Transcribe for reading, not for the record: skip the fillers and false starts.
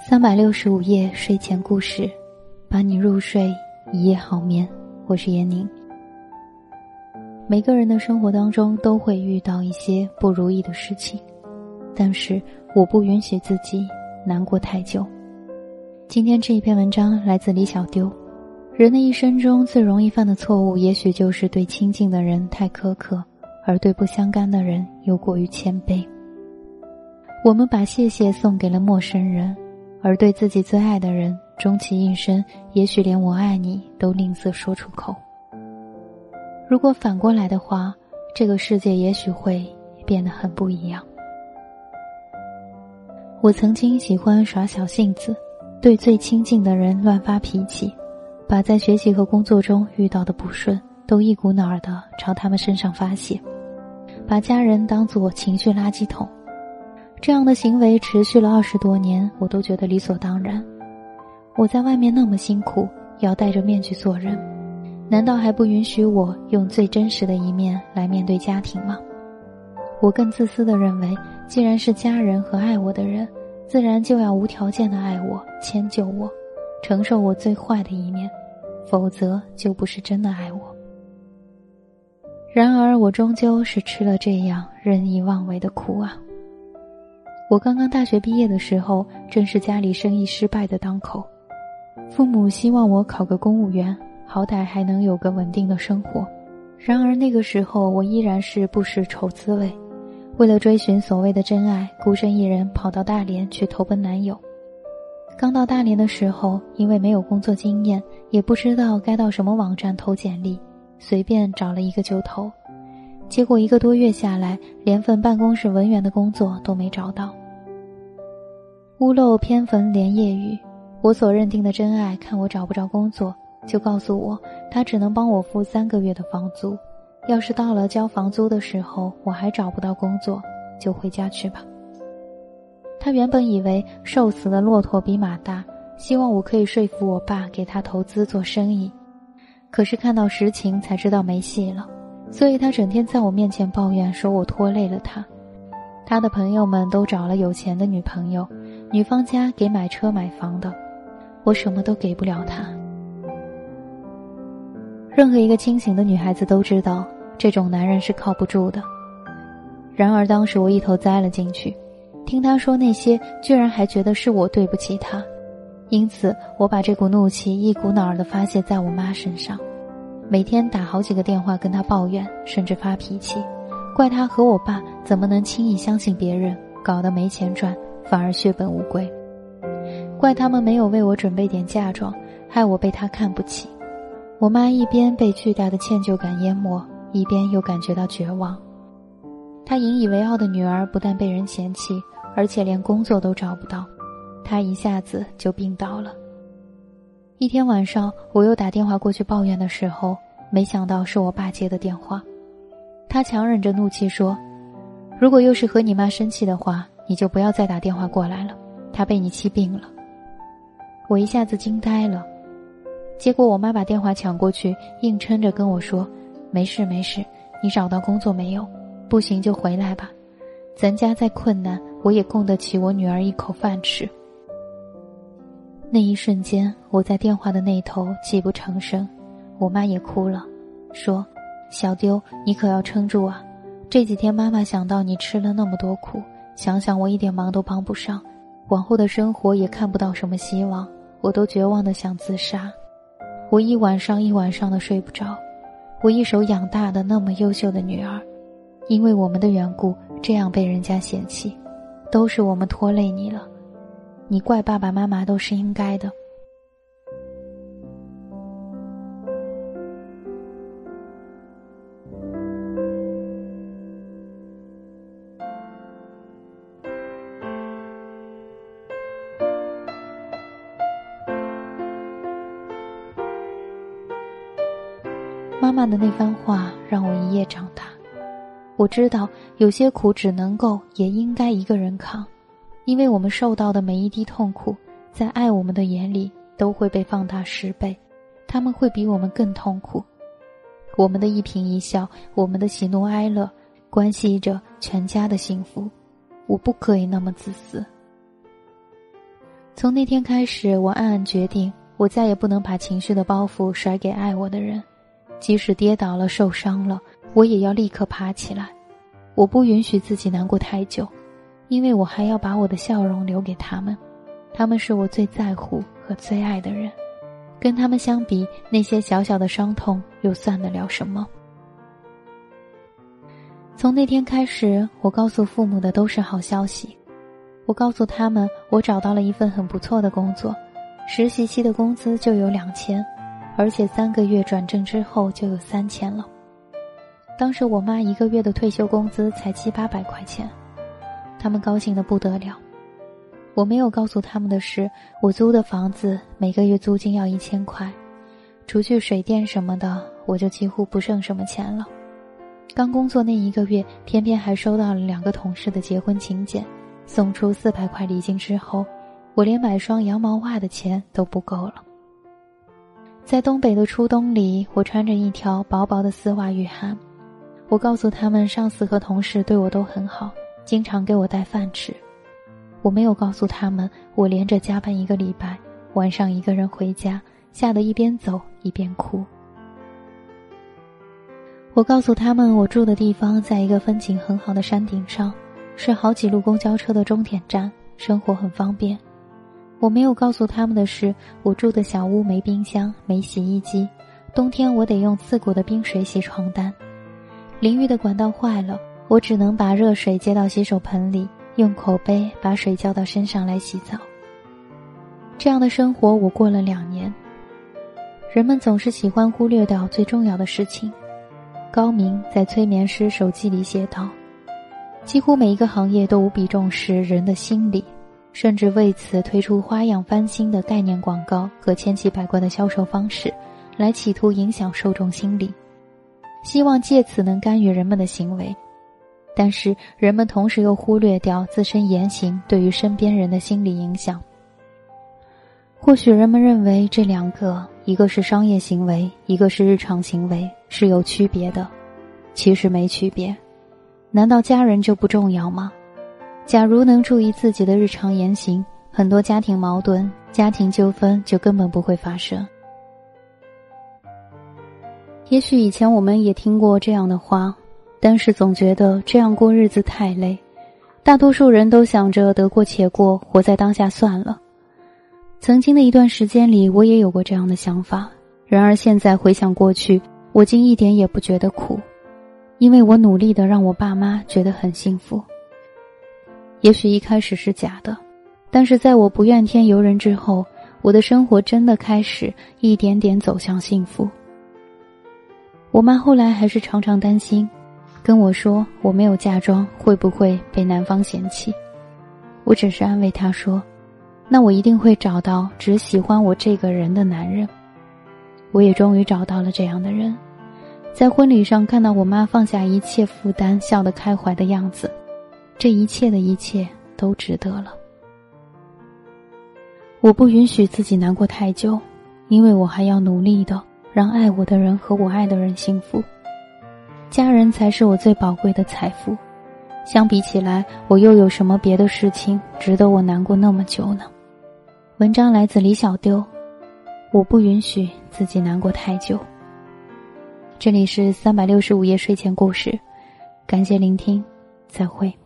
365夜睡前故事，伴你入睡，一夜好眠。我是闫宁。每个人的生活当中都会遇到一些不如意的事情，但是我不允许自己难过太久。今天这一篇文章来自李小丢。人的一生中最容易犯的错误，也许就是对亲近的人太苛刻，而对不相干的人又过于谦卑。我们把谢谢送给了陌生人，而对自己最爱的人，终其一生，也许连我爱你都吝啬说出口。如果反过来的话，这个世界也许会变得很不一样。我曾经喜欢耍小性子，对最亲近的人乱发脾气，把在学习和工作中遇到的不顺都一股脑儿地朝他们身上发泄，把家人当作情绪垃圾桶。这样的行为持续了20多年，我都觉得理所当然。我在外面那么辛苦，要戴着面具做人，难道还不允许我用最真实的一面来面对家庭吗？我更自私地认为，既然是家人和爱我的人，自然就要无条件地爱我，迁就我，承受我最坏的一面，否则就不是真的爱我。然而我终究是吃了这样任意妄为的苦啊。我刚刚大学毕业的时候，正是家里生意失败的当口，父母希望我考个公务员，好歹还能有个稳定的生活。然而那个时候我依然是不识愁滋味，为了追寻所谓的真爱，孤身一人跑到大连去投奔男友。刚到大连的时候，因为没有工作经验，也不知道该到什么网站投简历，随便找了一个就投。结果1个多月下来，连份办公室文员的工作都没找到。屋漏偏逢连夜雨，我所认定的真爱看我找不着工作，就告诉我他只能帮我付3个月的房租，要是到了交房租的时候我还找不到工作，就回家去吧。他原本以为瘦死的骆驼比马大，希望我可以说服我爸给他投资做生意，可是看到实情才知道没戏了，所以他整天在我面前抱怨，说我拖累了他。他的朋友们都找了有钱的女朋友，女方家给买车买房的，我什么都给不了他。任何一个清醒的女孩子都知道，这种男人是靠不住的。然而当时我一头栽了进去，听他说那些，居然还觉得是我对不起他，因此我把这股怒气一股脑儿地发泄在我妈身上，每天打好几个电话跟他抱怨，甚至发脾气，怪他和我爸怎么能轻易相信别人，搞得没钱赚，反而血本无归，怪他们没有为我准备点嫁妆，害我被他看不起。我妈一边被巨大的歉疚感淹没，一边又感觉到绝望。她引以为傲的女儿不但被人嫌弃，而且连工作都找不到，她一下子就病倒了。一天晚上，我又打电话过去抱怨的时候，没想到是我爸接的电话。他强忍着怒气说，如果又是和你妈生气的话，你就不要再打电话过来了，她被你气病了。我一下子惊呆了，结果我妈把电话抢过去，硬撑着跟我说，没事没事，你找到工作没有？不行就回来吧，咱家再困难，我也供得起我女儿一口饭吃。那一瞬间，我在电话的那头泣不成声，我妈也哭了，说，小丢，你可要撑住啊，这几天妈妈想到你吃了那么多苦，想想我一点忙都帮不上，往后的生活也看不到什么希望，我都绝望地想自杀。我一晚上一晚上的睡不着，我一手养大的那么优秀的女儿，因为我们的缘故这样被人家嫌弃，都是我们拖累你了，你怪爸爸妈妈都是应该的。妈妈的那番话让我一夜长大，我知道有些苦只能够也应该一个人扛，因为我们受到的每一滴痛苦，在爱我们的眼里都会被放大10倍，他们会比我们更痛苦。我们的一颦一笑，我们的喜怒哀乐，关系着全家的幸福，我不可以那么自私。 从那天开始，我暗暗决定，我再也不能把情绪的包袱甩给爱我的人，即使跌倒了受伤了，我也要立刻爬起来。我不允许自己难过太久，因为我还要把我的笑容留给他们，他们是我最在乎和最爱的人，跟他们相比，那些小小的伤痛又算得了什么？从那天开始，我告诉父母的都是好消息。我告诉他们，我找到了一份很不错的工作，实习期的工资就有2000，而且3个月转正之后就有3000了。当时我妈1个月的退休工资才700-800块钱，他们高兴得不得了。我没有告诉他们的是，我租的房子每个月租金要1000块，除去水电什么的，我就几乎不剩什么钱了。刚工作那1个月，偏偏还收到了2个同事的结婚请柬，送出400块礼金之后，我连买双羊毛袜的钱都不够了。在东北的初冬里，我穿着一条薄薄的丝袜御寒。我告诉他们，上司和同事对我都很好，经常给我带饭吃。我没有告诉他们，我连着加班1个礼拜，晚上一个人回家，吓得一边走一边哭。我告诉他们，我住的地方在一个风景很好的山顶上，是好几路公交车的终点站，生活很方便。我没有告诉他们的是，我住的小屋没冰箱，没洗衣机，冬天我得用刺骨的冰水洗床单。淋浴的管道坏了，我只能把热水接到洗手盆里，用口杯把水浇到身上来洗澡。这样的生活我过了2年。人们总是喜欢忽略掉最重要的事情。高明在催眠师手记里写道，几乎每一个行业都无比重视人的心理，甚至为此推出花样翻新的概念广告和千奇百怪的销售方式，来企图影响受众心理，希望借此能干预人们的行为。但是人们同时又忽略掉自身言行对于身边人的心理影响。或许人们认为这2个，一个是商业行为，一个是日常行为，是有区别的。其实没区别。难道家人就不重要吗？假如能注意自己的日常言行，很多家庭矛盾、家庭纠纷就根本不会发生。也许以前我们也听过这样的话，但是总觉得这样过日子太累。大多数人都想着得过且过，活在当下算了。曾经的一段时间里，我也有过这样的想法，然而现在回想过去，我竟一点也不觉得苦，因为我努力地让我爸妈觉得很幸福。也许一开始是假的，但是在我不怨天尤人之后，我的生活真的开始一点点走向幸福。我妈后来还是常常担心，跟我说我没有嫁妆会不会被男方嫌弃。我只是安慰她说，那我一定会找到只喜欢我这个人的男人。我也终于找到了这样的人，在婚礼上看到我妈放下一切负担，笑得开怀的样子，这一切的一切都值得了。我不允许自己难过太久，因为我还要努力的让爱我的人和我爱的人幸福。家人才是我最宝贵的财富，相比起来，我又有什么别的事情值得我难过那么久呢？文章来自李小丢，我不允许自己难过太久。这里是365夜睡前故事，感谢聆听，再会。